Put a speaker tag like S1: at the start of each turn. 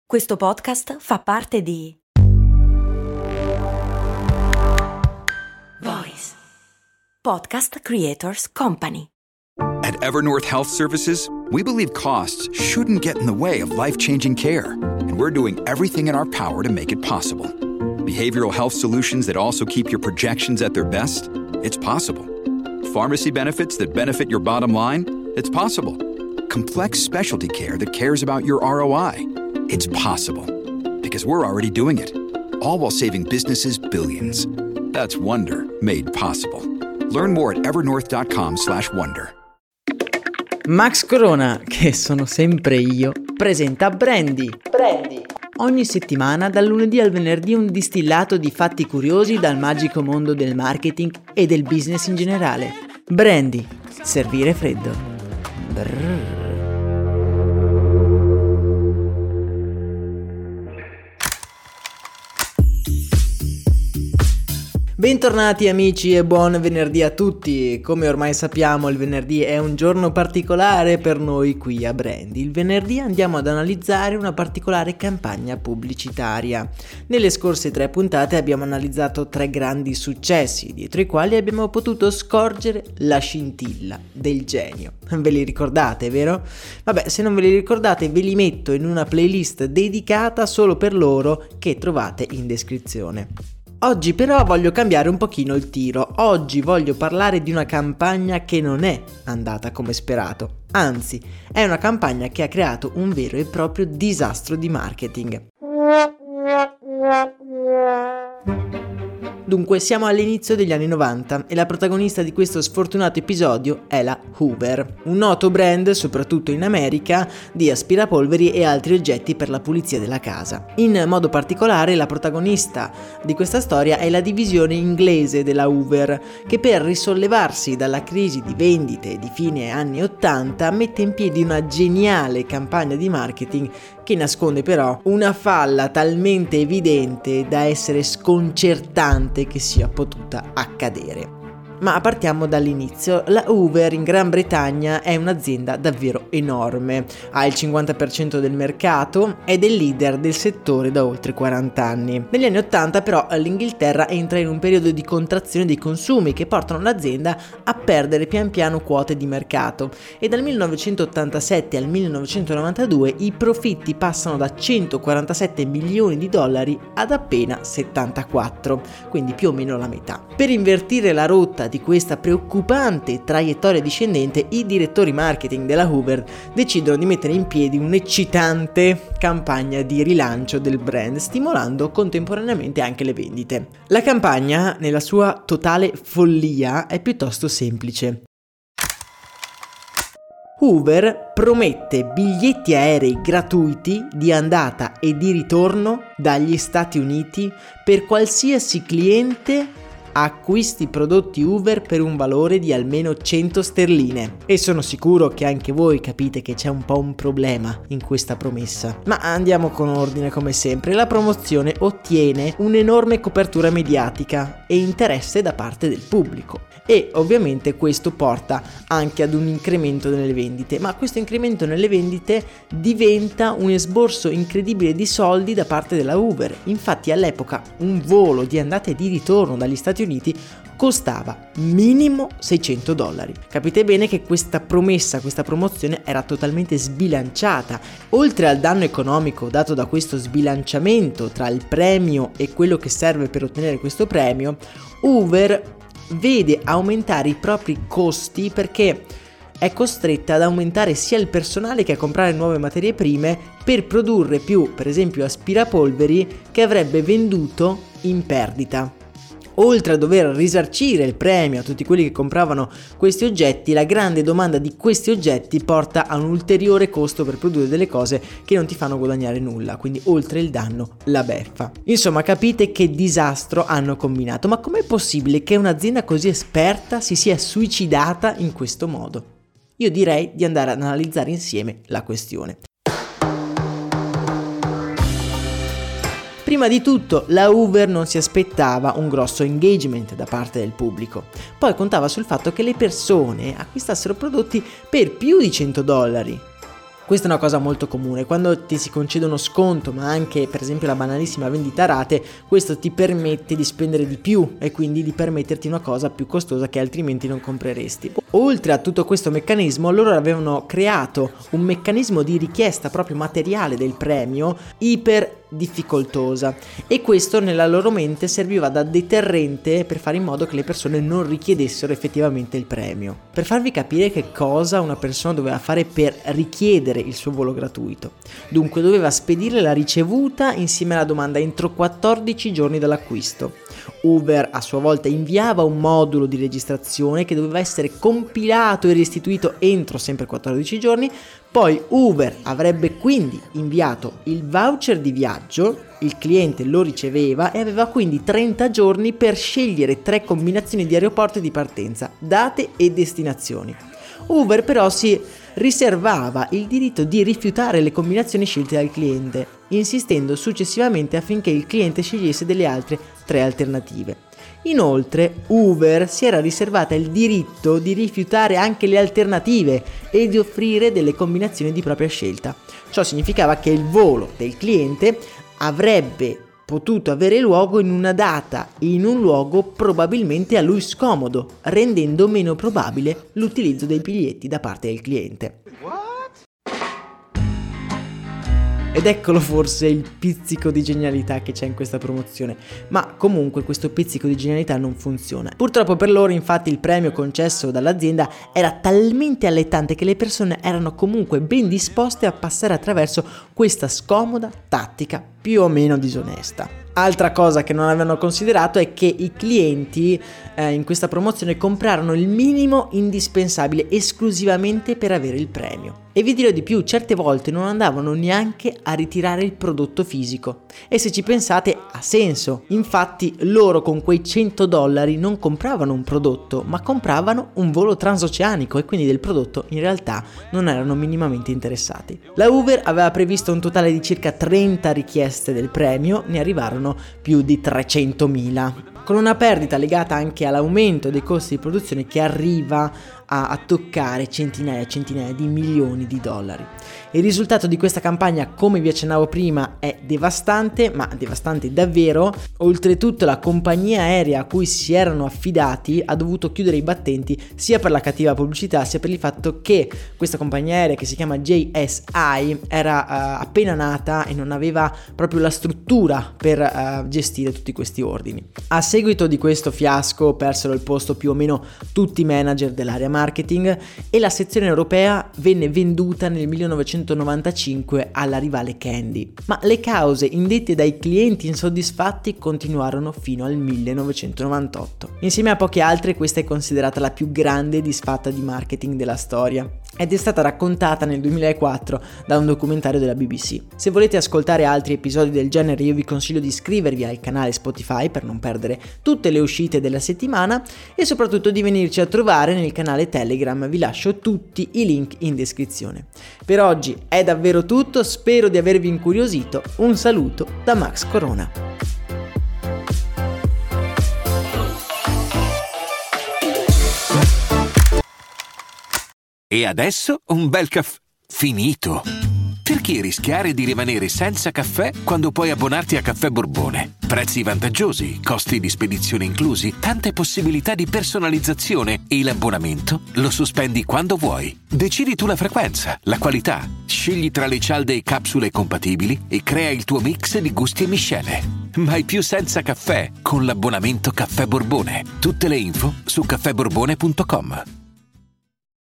S1: Questo podcast fa parte di Voice Podcast Creators Company.
S2: At Evernorth Health Services, we believe costs shouldn't get in the way of life-changing care, and we're doing everything in our power to make it possible. Behavioral health solutions that also keep your projections at their best? It's possible. Pharmacy benefits that benefit your bottom line? It's possible. Complex specialty care that cares about your ROI? It's possible. Because we're already doing it. All while saving businesses billions. That's Wonder made possible. Learn more at evernorth.com/wonder.
S3: Max Corona, che sono sempre io, presenta Brandy. Ogni settimana, dal lunedì al venerdì, un distillato di fatti curiosi dal magico mondo del marketing e del business in generale. Brandy, servire freddo. Brrr. Bentornati amici e buon venerdì a tutti. Come ormai sappiamo, il venerdì è un giorno particolare per noi qui a Brandy. Il venerdì andiamo ad analizzare una particolare campagna pubblicitaria. Nelle scorse 3 puntate abbiamo analizzato 3 grandi successi, dietro i quali abbiamo potuto scorgere la scintilla del genio. Ve li ricordate, vero? Vabbè, se non ve li ricordate ve li metto in una playlist dedicata solo per loro che trovate in descrizione. Oggi però voglio cambiare un pochino il tiro. Oggi voglio parlare di una campagna che non è andata come sperato. Anzi, è una campagna che ha creato un vero e proprio disastro di marketing. Dunque, siamo all'inizio degli anni 90 e la protagonista di questo sfortunato episodio è la Hoover, un noto brand, soprattutto in America, di aspirapolveri e altri oggetti per la pulizia della casa. In modo particolare, la protagonista di questa storia è la divisione inglese della Hoover, che per risollevarsi dalla crisi di vendite di fine anni 80 mette in piedi una geniale campagna di marketing che nasconde però una falla talmente evidente da essere sconcertante che sia potuta accadere. Ma partiamo dall'inizio. La Hoover in Gran Bretagna è un'azienda davvero enorme, ha il 50% del mercato ed è il leader del settore da oltre 40 anni. Negli anni 80 però l'Inghilterra entra in un periodo di contrazione dei consumi che portano l'azienda a perdere pian piano quote di mercato e dal 1987 al 1992 i profitti passano da 147 milioni di dollari ad appena 74, quindi più o meno la metà. Per invertire la rotta di questa preoccupante traiettoria discendente, i direttori marketing della Hoover decidono di mettere in piedi un'eccitante campagna di rilancio del brand, stimolando contemporaneamente anche le vendite. La campagna, nella sua totale follia, è piuttosto semplice. Hoover promette biglietti aerei gratuiti di andata e di ritorno dagli Stati Uniti per qualsiasi cliente acquisti prodotti Hoover per un valore di almeno 100 sterline. E sono sicuro che anche voi capite che c'è un po' un problema in questa promessa. Ma andiamo con ordine come sempre. La promozione ottiene un'enorme copertura mediatica e interesse da parte del pubblico. E ovviamente questo porta anche ad un incremento nelle vendite, ma questo incremento nelle vendite diventa un esborso incredibile di soldi da parte della Hoover. Infatti all'epoca un volo di andata e di ritorno dagli Stati Uniti costava minimo $600. Capite bene che questa promessa, questa promozione era totalmente sbilanciata. Oltre al danno economico dato da questo sbilanciamento tra il premio e quello che serve per ottenere questo premio, Hoover vede aumentare i propri costi perché è costretta ad aumentare sia il personale che a comprare nuove materie prime per produrre più, per esempio, aspirapolveri che avrebbe venduto in perdita. Oltre a dover risarcire il premio a tutti quelli che compravano questi oggetti, la grande domanda di questi oggetti porta a un ulteriore costo per produrre delle cose che non ti fanno guadagnare nulla, quindi oltre il danno la beffa. Insomma, capite che disastro hanno combinato, ma com'è possibile che un'azienda così esperta si sia suicidata in questo modo? Io direi di andare ad analizzare insieme la questione. Prima di tutto, la Hoover non si aspettava un grosso engagement da parte del pubblico. Poi contava sul fatto che le persone acquistassero prodotti per più di $100. Questa è una cosa molto comune, quando ti si concede uno sconto, ma anche per esempio la banalissima vendita a rate, questo ti permette di spendere di più e quindi di permetterti una cosa più costosa che altrimenti non compreresti. Oltre a tutto questo meccanismo, loro avevano creato un meccanismo di richiesta proprio materiale del premio iper difficoltosa, e questo nella loro mente serviva da deterrente per fare in modo che le persone non richiedessero effettivamente il premio. Per farvi capire che cosa una persona doveva fare per richiedere il suo volo gratuito: dunque doveva spedire la ricevuta insieme alla domanda entro 14 giorni dall'acquisto. Uber a sua volta inviava un modulo di registrazione che doveva essere compilato e restituito entro sempre 14 giorni. Poi Uber avrebbe quindi inviato il voucher di viaggio, il cliente lo riceveva e aveva quindi 30 giorni per scegliere 3 combinazioni di aeroporto e di partenza, date e destinazioni. Uber però si riservava il diritto di rifiutare le combinazioni scelte dal cliente, insistendo successivamente affinché il cliente scegliesse delle altre 3 alternative. Inoltre, Uber si era riservata il diritto di rifiutare anche le alternative e di offrire delle combinazioni di propria scelta. Ciò significava che il volo del cliente avrebbe potuto avere luogo in una data e in un luogo probabilmente a lui scomodo, rendendo meno probabile l'utilizzo dei biglietti da parte del cliente. Ed eccolo forse il pizzico di genialità che c'è in questa promozione, ma comunque questo pizzico di genialità non funziona. Purtroppo per loro, infatti, il premio concesso dall'azienda era talmente allettante che le persone erano comunque ben disposte a passare attraverso questa scomoda tattica più o meno disonesta. Altra cosa che non avevano considerato è che i clienti in questa promozione comprarono il minimo indispensabile esclusivamente per avere il premio. E vi dirò di più, certe volte non andavano neanche a ritirare il prodotto fisico. E se ci pensate ha senso, infatti loro con quei $100 non compravano un prodotto, ma compravano un volo transoceanico e quindi del prodotto in realtà non erano minimamente interessati. La Uber aveva previsto un totale di circa 30 richieste del premio, ne arrivarono più di 300.000, con una perdita legata anche all'aumento dei costi di produzione che arriva a toccare centinaia e centinaia di milioni di dollari. Il risultato di questa campagna, come vi accennavo prima, è devastante, ma devastante davvero. Oltretutto la compagnia aerea a cui si erano affidati ha dovuto chiudere i battenti sia per la cattiva pubblicità sia per il fatto che questa compagnia aerea, che si chiama JSI, era appena nata e non aveva proprio la struttura per gestire tutti questi ordini. A seguito di questo fiasco persero il posto più o meno tutti i manager dell'area marketing e la sezione europea venne venduta nel 1995 alla rivale Candy, ma le cause indette dai clienti insoddisfatti continuarono fino al 1998. Insieme a poche altre, questa è considerata la più grande disfatta di marketing della storia ed è stata raccontata nel 2004 da un documentario della BBC. Se volete ascoltare altri episodi del genere, io vi consiglio di iscrivervi al canale Spotify per non perdere tutte le uscite della settimana e soprattutto di venirci a trovare nel canale Telegram. Vi lascio tutti i link in descrizione. Per oggi è davvero tutto, spero di avervi incuriosito. Un saluto da Max Corona.
S4: E adesso un bel caffè finito. Perché rischiare di rimanere senza caffè quando puoi abbonarti a Caffè Borbone? Prezzi vantaggiosi, costi di spedizione inclusi, tante possibilità di personalizzazione e l'abbonamento lo sospendi quando vuoi. Decidi tu la frequenza, la qualità, scegli tra le cialde e capsule compatibili e crea il tuo mix di gusti e miscele. Mai più senza caffè con l'abbonamento Caffè Borbone. Tutte le info su caffèborbone.com.